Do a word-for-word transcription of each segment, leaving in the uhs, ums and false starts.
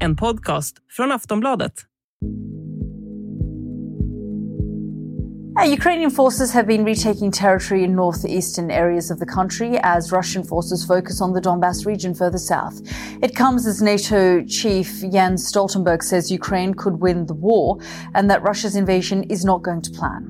en podcast från Aftonbladet. Uh, Ukrainian forces have been retaking territory in northeastern areas of the country as Russian forces focus on the Donbass region further south. It comes as NATO chief Jens Stoltenberg says Ukraine could win the war and that Russia's invasion is not going to plan.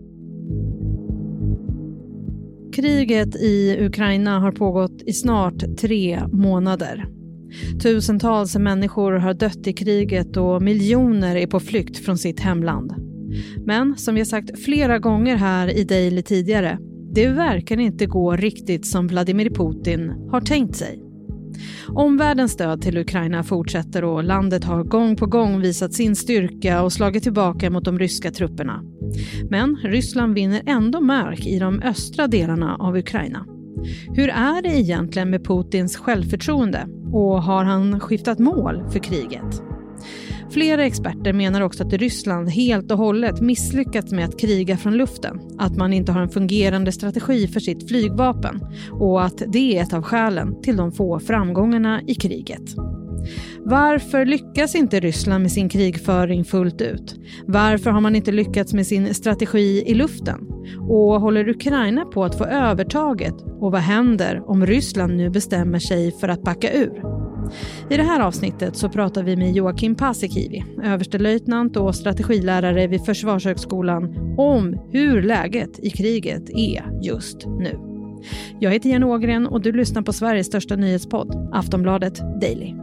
Kriget i Ukraina har pågått i snart tre månader. Tusentals människor har dött i kriget och miljoner är på flykt från sitt hemland. Men som vi har sagt flera gånger här i Daily tidigare, det verkar inte gå riktigt som Vladimir Putin har tänkt sig. Omvärldens stöd till Ukraina fortsätter och landet har gång på gång visat sin styrka och slagit tillbaka mot de ryska trupperna. Men Ryssland vinner ändå mark i de östra delarna av Ukraina. Hur är det egentligen med Putins självförtroende och har han skiftat mål för kriget? Flera experter menar också att Ryssland helt och hållet misslyckats med att kriga från luften, att man inte har en fungerande strategi för sitt flygvapen och att det är ett av skälen till de få framgångarna i kriget. Varför lyckas inte Ryssland med sin krigföring fullt ut? Varför har man inte lyckats med sin strategi i luften? Och håller Ukraina på att få övertaget? Och vad händer om Ryssland nu bestämmer sig för att backa ur? I det här avsnittet så pratar vi med Joakim Paasikivi, överstelöjtnant och strategilärare vid Försvarshögskolan, om hur läget i kriget är just nu. Jag heter Jenny Ågren och du lyssnar på Sveriges största nyhetspodd, Aftonbladet Daily.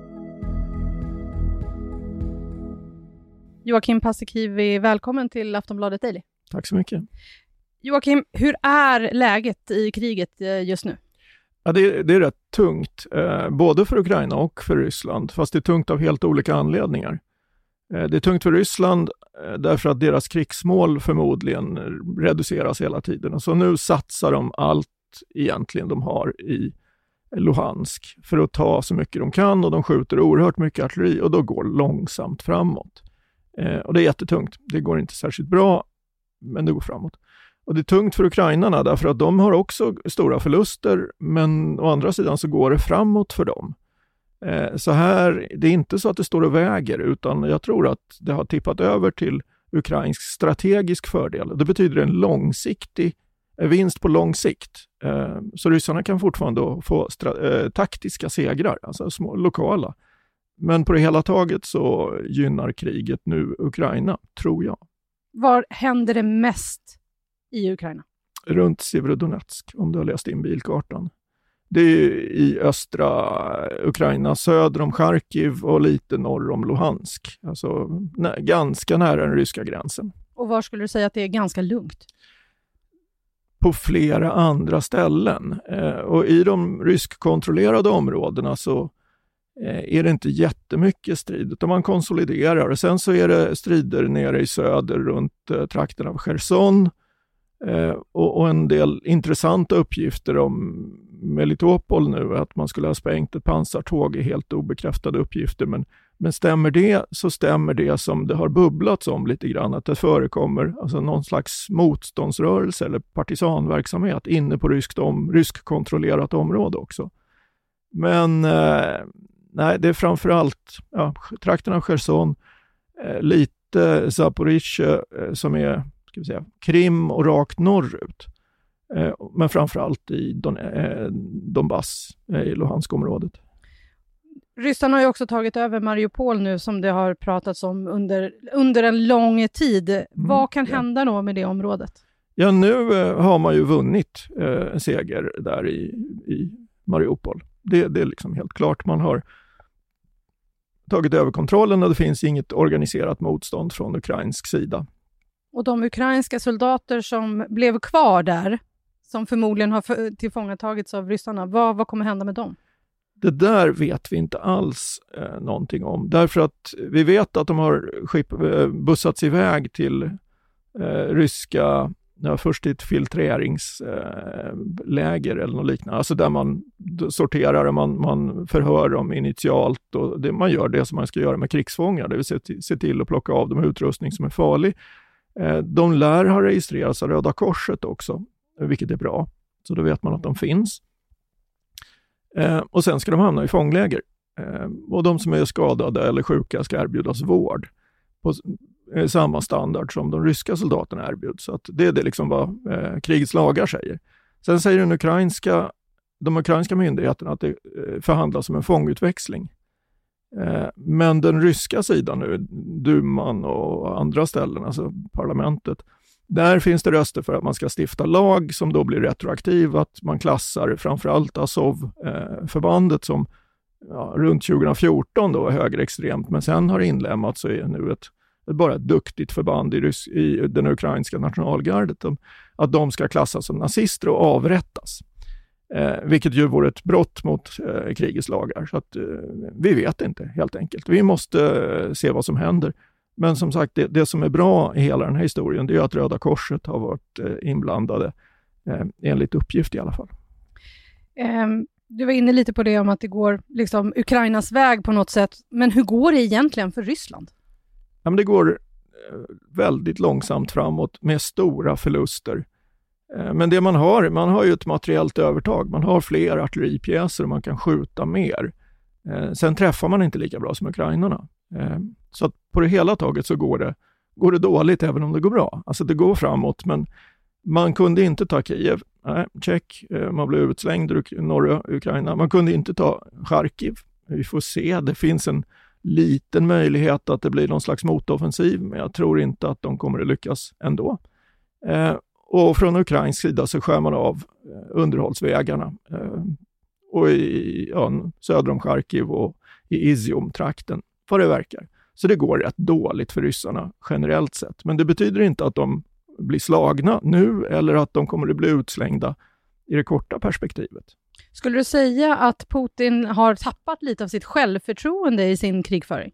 Joakim Paasikivi, välkommen till Aftonbladet Daily. Tack så mycket. Joakim, hur är läget i kriget just nu? Ja, det, är, det är rätt tungt, eh, både för Ukraina och för Ryssland, fast det är tungt av helt olika anledningar. Eh, det är tungt för Ryssland eh, därför att deras krigsmål förmodligen reduceras hela tiden. Och så nu satsar de allt egentligen de har i Luhansk för att ta så mycket de kan, och de skjuter oerhört mycket artilleri och då går långsamt framåt. Eh, och det är jättetungt. Det går inte särskilt bra, men det går framåt. Och det är tungt för ukrainarna därför att de har också stora förluster, men å andra sidan så går det framåt för dem. Eh, så här, det är inte så att det står och väger, utan jag tror att det har tippat över till ukrainsk strategisk fördel. Det betyder en långsiktig vinst på lång sikt. Eh, så ryssarna kan fortfarande få stra- eh, taktiska segrar, alltså små lokala. Men på det hela taget så gynnar kriget nu Ukraina, tror jag. Var händer det mest i Ukraina? Runt Severodonetsk, om du har läst in bilkartan. Det är i östra Ukraina, söder om Charkiv och lite norr om Luhansk. Alltså nä, ganska nära den ryska gränsen. Och var skulle du säga att det är ganska lugnt? På flera andra ställen. Eh, och i de ryskkontrollerade områdena så eh, är det inte jättemycket strid, utan man konsoliderar. Och sen så är det strider nere i söder runt eh, trakten av Cherson. Eh, och, och en del intressanta uppgifter om Melitopol nu, att man skulle ha sprängt ett pansartåg, är helt obekräftade uppgifter, men, men stämmer det så stämmer det som det har bubblats om lite grann, att det förekommer alltså någon slags motståndsrörelse eller partisanverksamhet inne på ryskt om, ryskkontrollerat område också. Men eh, nej, det är framförallt ja, trakten av Cherson, eh, lite Zaporizjzja eh, som är ska vi säga, Krim och rakt norrut. Eh, men framförallt i Don, eh, Donbass, eh, i Luhansk-området. Ryssarna har ju också tagit över Mariupol nu, som det har pratats om under, under en lång tid. Mm, Vad kan ja. hända då med det området? Ja, nu eh, har man ju vunnit eh, en seger där i, i Mariupol. Det, det är liksom helt klart. Man har tagit över kontrollen och det finns inget organiserat motstånd från ukrainsk sida. Och de ukrainska soldater som blev kvar där, som förmodligen har tillfångatagits av ryssarna, vad, vad kommer hända med dem? Det där vet vi inte alls eh, någonting om. Därför att vi vet att de har skip, eh, bussats iväg till eh, ryska, ja, först ett filtreringsläger eh, eller något liknande. Alltså där man sorterar och man, man förhör dem initialt. Och det, man gör det som man ska göra med krigsfångar. Det vill säga se till att plocka av dem utrustning som är farlig. Eh, de lär ha registrerats av Röda Korset också, vilket är bra. Så då vet man att de finns. Eh, och sen ska de hamna i fångläger. Eh, och de som är skadade eller sjuka ska erbjudas vård på eh, samma standard som de ryska soldaterna erbjuds. Så att det är det liksom vad eh, krigets lagar säger. Sen säger den ukrainska, de ukrainska myndigheterna att det eh, förhandlas om en fångutväxling. Eh, men den ryska sidan nu, Duman och andra ställen, alltså parlamentet, där finns det röster för att man ska stifta lag som då blir retroaktiv, att man klassar framförallt Azov-förbandet som ja, runt tjugo fjorton då är högerextremt, men sen har inlämnats och är nu ett, ett bara ett duktigt förband i, rys- i den ukrainska nationalgardet, att de ska klassas som nazister och avrättas. Eh, vilket ju vore ett brott mot eh, krigets lagar. Så att, eh, vi vet inte helt enkelt. Vi måste eh, se vad som händer. Men som sagt, det, det som är bra i hela den här historien, det är att Röda Korset har varit eh, inblandade, eh, enligt uppgift i alla fall. Um, du var inne lite på det om att det går liksom Ukrainas väg på något sätt. Men hur går det egentligen för Ryssland? Ja, men det går eh, väldigt långsamt framåt med stora förluster. Eh, men det man har, man har ju ett materiellt övertag. Man har fler artilleripjäser och man kan skjuta mer. Eh, sen träffar man inte lika bra som ukrainarna. Eh, så att på det hela taget så går det, går det dåligt även om det går bra. Alltså det går framåt, men man kunde inte ta Kiev. Nej, check. Eh, man blev utslängd ur norra Ukraina. Man kunde inte ta Charkiv. Vi får se. Det finns en liten möjlighet att det blir någon slags motoffensiv, men jag tror inte att de kommer att lyckas ändå. Eh, och från ukrainsk sida så skär man av eh, underhållsvägarna. Eh, och i ja, söder om Charkiv och i Izium-trakten, vad det verkar. Så det går rätt dåligt för ryssarna generellt sett. Men det betyder inte att de blir slagna nu eller att de kommer att bli utslängda i det korta perspektivet. Skulle du säga att Putin har tappat lite av sitt självförtroende i sin krigföring?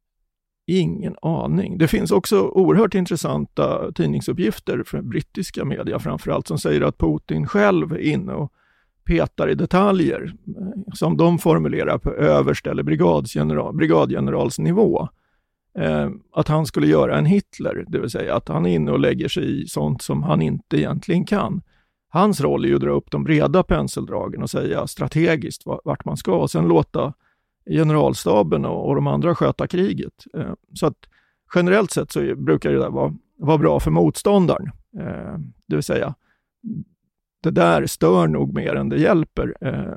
Ingen aning. Det finns också oerhört intressanta tidningsuppgifter från brittiska media framförallt som säger att Putin själv är inne och petar i detaljer som de formulerar på överst eller brigadgeneral, brigadgeneralsnivå. Eh, att han skulle göra en Hitler, det vill säga att han är inne och lägger sig i sånt som han inte egentligen kan. Hans roll är ju att dra upp de breda penseldragen och säga strategiskt vart man ska och sen låta generalstaben och, och de andra sköta kriget. Eh, så att generellt sett så brukar det där vara, vara bra för motståndaren. Eh, det vill säga det där stör nog mer än det hjälper. Eh,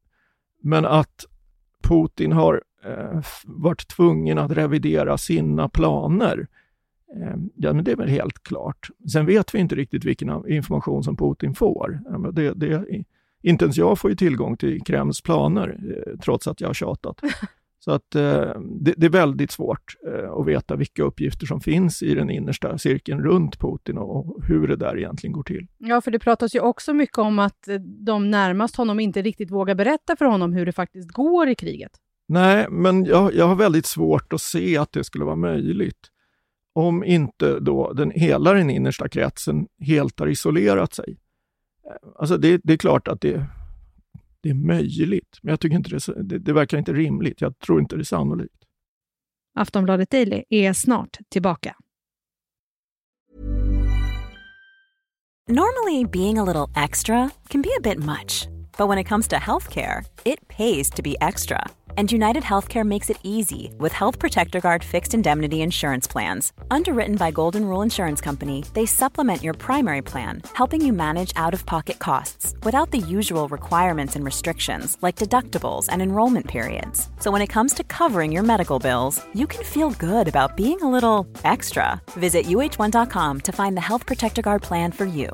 men att Putin har eh, varit tvungen att revidera sina planer, eh, ja, men det är väl helt klart. Sen vet vi inte riktigt vilken information som Putin får. Eh, det, det, inte ens jag får ju tillgång till Kremls planer, eh, trots att jag har tjatat. Så att eh, det, det är väldigt svårt eh, att veta vilka uppgifter som finns i den innersta cirkeln runt Putin och hur det där egentligen går till. Ja, för det pratas ju också mycket om att de närmast honom inte riktigt vågar berätta för honom hur det faktiskt går i kriget. Nej, men jag, jag har väldigt svårt att se att det skulle vara möjligt. Om inte då den, hela den innersta kretsen helt har isolerat sig. Alltså det, det är klart att det Det är möjligt, men jag tycker inte det, det, det verkar inte rimligt. Jag tror inte det är sannolikt. Aftonbladet Daily är snart tillbaka. Normally, being a little extra can be a bit much. But when it comes to healthcare, it pays to be extra. And United Healthcare makes it easy with Health Protector Guard fixed indemnity insurance plans. Underwritten by Golden Rule Insurance Company, they supplement your primary plan, helping you manage out-of-pocket costs without the usual requirements and restrictions like deductibles and enrollment periods. So when it comes to covering your medical bills, you can feel good about being a little extra. Visit U H one dot com to find the Health Protector Guard plan for you.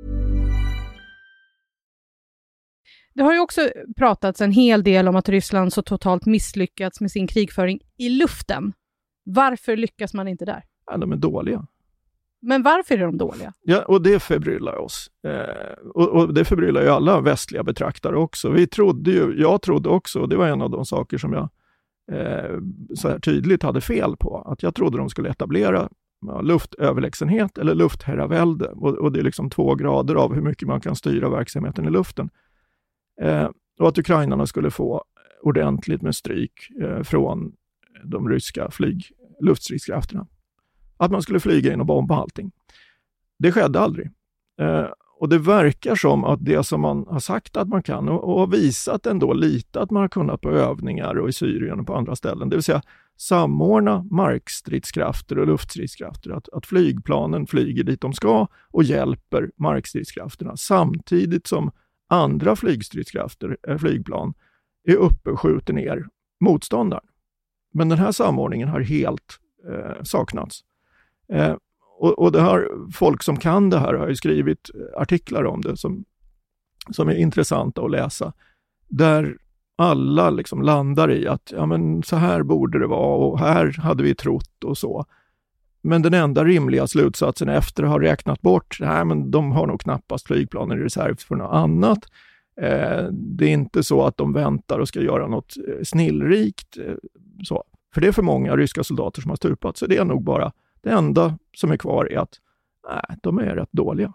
Det har ju också pratats en hel del om att Ryssland så totalt misslyckats med sin krigföring i luften. Varför lyckas man inte där? Ja, de är dåliga. Men varför är de dåliga? Ja, och det förbryllar oss. Eh, och, och det förbryllar ju alla västliga betraktare också. Vi trodde ju, jag trodde också, och det var en av de saker som jag eh, så här tydligt hade fel på, att jag trodde de skulle etablera ja, luftöverlägsenhet eller luftherravälde. Och, och det är liksom två grader av hur mycket man kan styra verksamheten i luften. Eh, och att ukrainarna skulle få ordentligt med stryk eh, från de ryska flyg, luftstridskrafterna. Att man skulle flyga in och bomba allting. Det skedde aldrig. Eh, och det verkar som att det som man har sagt att man kan och, och har visat ändå lite att man har kunnat på övningar och i Syrien och på andra ställen, det vill säga samordna markstridskrafter och luftstridskrafter, att, att flygplanen flyger dit de ska och hjälper markstridskrafterna samtidigt som andra flygstridskrafter, äh, flygplan är uppe och skjuter ner motståndaren. Men den här samordningen har helt eh, saknats. Eh, och, och det här, folk som kan det här har ju skrivit artiklar om det som, som är intressanta att läsa. Där alla liksom landar i att ja, men så här borde det vara och här hade vi trott och så. Men den enda rimliga slutsatsen efter att ha räknat bort, nej men de har nog knappast flygplanen i reserv för något annat. Eh, det är inte så att de väntar och ska göra något eh, snillrikt. Eh, så. För det är för många ryska soldater som har stupat, så det är nog bara det enda som är kvar är att nej, de är rätt dåliga.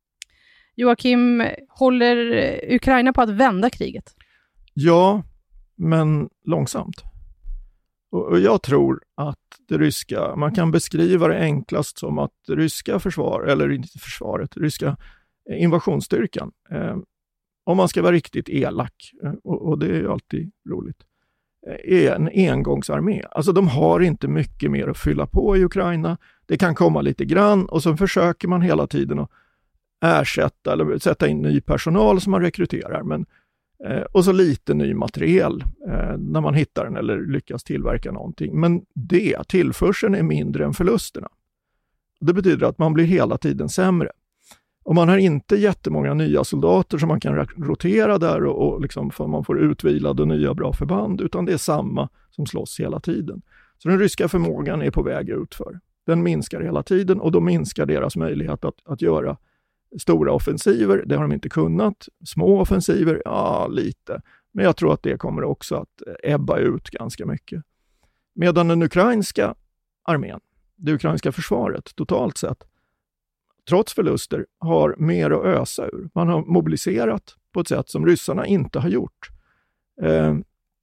Joakim, håller Ukraina på att vända kriget? Ja, men långsamt. Och, och jag tror att det ryska, man kan beskriva det enklast som att det ryska försvar, eller inte försvaret, ryska invasionsstyrkan, eh, om man ska vara riktigt elak, eh, och, och det är ju alltid roligt, är en engångsarmé. Alltså de har inte mycket mer att fylla på i Ukraina. Det kan komma lite grann och så försöker man hela tiden att ersätta eller sätta in ny personal som man rekryterar. Men, eh, och så lite ny materiel eh, när man hittar den eller lyckas tillverka någonting. Men det, tillförseln är mindre än förlusterna. Det betyder att man blir hela tiden sämre. Och man har inte jättemånga nya soldater som man kan rotera där och, och liksom för man får utvilade och nya bra förband, utan det är samma som slåss hela tiden. Så den ryska förmågan är på väg utför. Den minskar hela tiden och då minskar deras möjlighet att, att göra stora offensiver. Det har de inte kunnat. Små offensiver, ja lite. Men jag tror att det kommer också att ebba ut ganska mycket. Medan den ukrainska armén, det ukrainska försvaret totalt sett, trots förluster, har mer att ösa ur. Man har mobiliserat på ett sätt som ryssarna inte har gjort. Eh,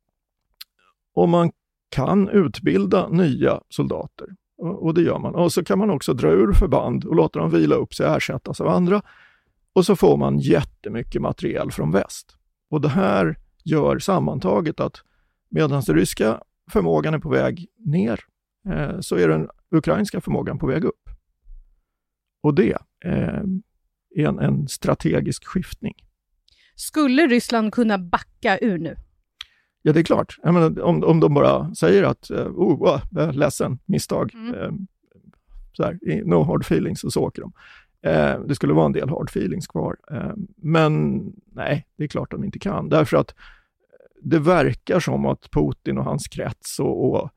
och man kan utbilda nya soldater. Och, och det gör man. Och så kan man också dra ur förband och låta dem vila upp sig och ersättas av andra. Och så får man jättemycket materiel från väst. Och det här gör sammantaget att medan den ryska förmågan är på väg ner eh, så är den ukrainska förmågan på väg upp. Och det eh, är en, en strategisk skiftning. Skulle Ryssland kunna backa ur nu? Ja, det är klart. Jag menar, om, om de bara säger att eh, oh, oh, ledsen, misstag, mm. eh, så här, no hard feelings, och så åker de. Eh, det skulle vara en del hard feelings kvar. Eh, men nej, det är klart att de inte kan. Därför att det verkar som att Putin och hans krets och, och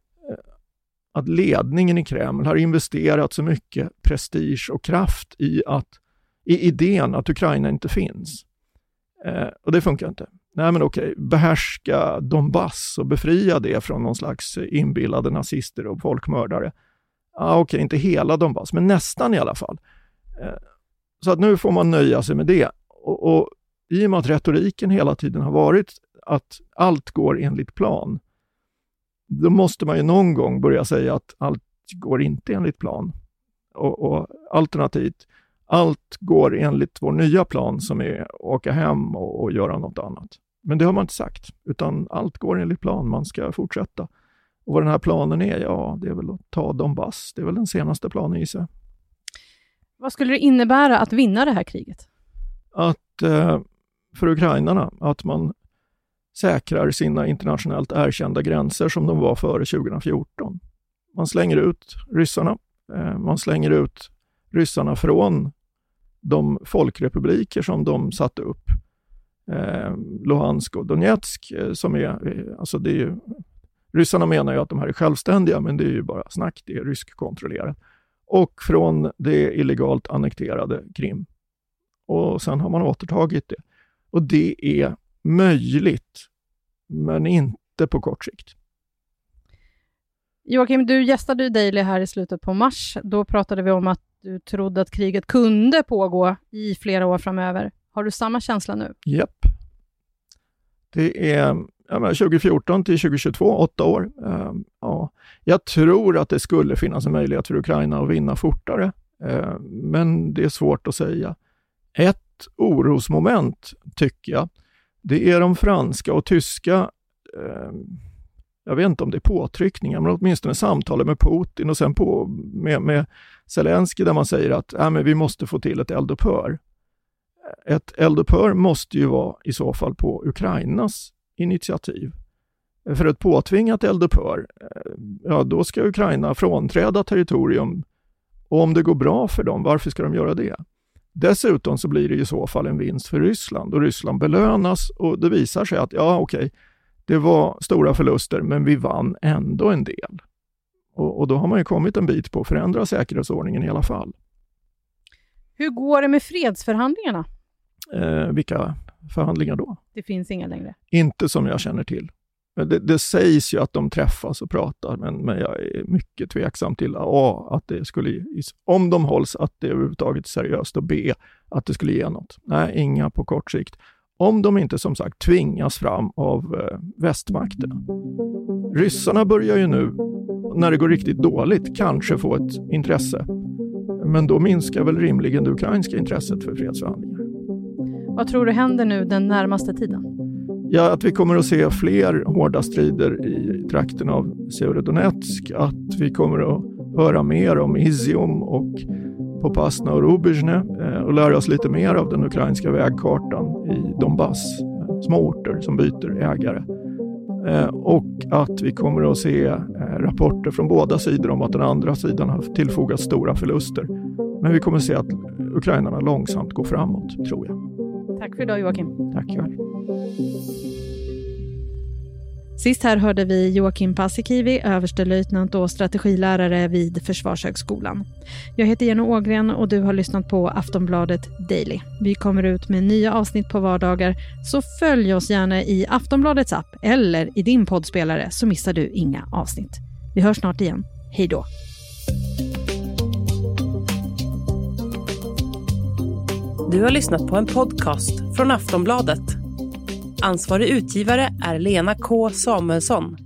att ledningen i Kreml har investerat så mycket prestige och kraft i, att, i idén att Ukraina inte finns. Eh, och det funkar inte. Nej men okej, behärska Donbass och befria det från någon slags inbillade nazister och folkmördare. Ah, okej, inte hela Donbass, men nästan i alla fall. Eh, så att nu får man nöja sig med det. Och, och i och med att retoriken hela tiden har varit att allt går enligt plan, då måste man ju någon gång börja säga att allt går inte enligt plan. Och, och alternativt, allt går enligt vår nya plan som är att åka hem och, och göra något annat. Men det har man inte sagt, utan allt går enligt plan, man ska fortsätta. Och vad den här planen är, ja det är väl att ta Donbass, det är väl den senaste planen i sig. Vad skulle det innebära att vinna det här kriget? Att eh, för ukrainarna, att man säkrar sina internationellt erkända gränser som de var före tjugo fjorton. Man slänger ut ryssarna. Eh, man slänger ut ryssarna från de folkrepubliker som de satte upp. Eh, Luhansk och Donetsk eh, som är, eh, alltså det är ju, ryssarna menar ju att de här är självständiga, men det är ju bara snack, det är ryskkontrollerat. Och från det illegalt annekterade Krim. Och sen har man återtagit det. Och det är möjligt, men inte på kort sikt. Joakim, du gästade Daily här i slutet på mars. Då pratade vi om att du trodde att kriget kunde pågå i flera år framöver. Har du samma känsla nu? Japp. Det är jag menar, tjugo fjorton till tjugo tjugotvå, åtta år. Uh, ja. Jag tror att det skulle finnas en möjlighet för Ukraina att vinna fortare. Uh, men det är svårt att säga Ett orosmoment tycker jag, det är de franska och tyska, eh, jag vet inte om det är påtryckningar, men åtminstone samtalet med Putin och sen på, med, med Zelensky där man säger att äh, men vi måste få till ett eldupphör. Ett eldupphör måste ju vara i så fall på Ukrainas initiativ. För ett påtvingat eldupphör, ja då ska Ukraina frånträda territorium, och om det går bra för dem, varför ska de göra det? Dessutom så blir det i så fall en vinst för Ryssland, och Ryssland belönas, och det visar sig att ja okej, det var stora förluster men vi vann ändå en del. Och, och då har man ju kommit en bit på att förändra säkerhetsordningen i alla fall. Hur går det med fredsförhandlingarna? Eh, vilka förhandlingar då? Det finns inga längre. Inte som jag känner till. Det, det sägs ju att de träffas och pratar, men, men jag är mycket tveksam till A, att det skulle, om de hålls, att det är överhuvudtaget seriöst, och B, att det skulle ge något. Nej, inga på kort sikt. Om de inte som sagt tvingas fram av eh, västmakterna. Ryssarna börjar ju nu, när det går riktigt dåligt, kanske få ett intresse. Men då minskar väl rimligen det ukrainska intresset för fredsförhandlingar. Vad tror du händer nu den närmaste tiden? Ja, att vi kommer att se fler hårda strider i trakten av Severodonetsk, att vi kommer att höra mer om Izium och Popasna och Rubizhne och lära oss lite mer av den ukrainska vägkartan i Donbass, småorter som byter ägare. Och att vi kommer att se rapporter från båda sidor om att den andra sidan har tillfogat stora förluster. Men vi kommer att se att ukrainarna långsamt går framåt, tror jag. Tack för idag, Joakim. Tack själv. Sist här hörde vi Joakim Paasikivi, överstelöjtnant och strategilärare vid Försvarshögskolan. Jag heter Jenny Ågren och du har lyssnat på Aftonbladet Daily. Vi kommer ut med nya avsnitt på vardagar, så följ oss gärna i Aftonbladets app eller i din poddspelare, så missar du inga avsnitt. Vi hörs snart igen. Hej då! Du har lyssnat på en podcast från Aftonbladet. Ansvarig utgivare är Lena K. Samuelsson.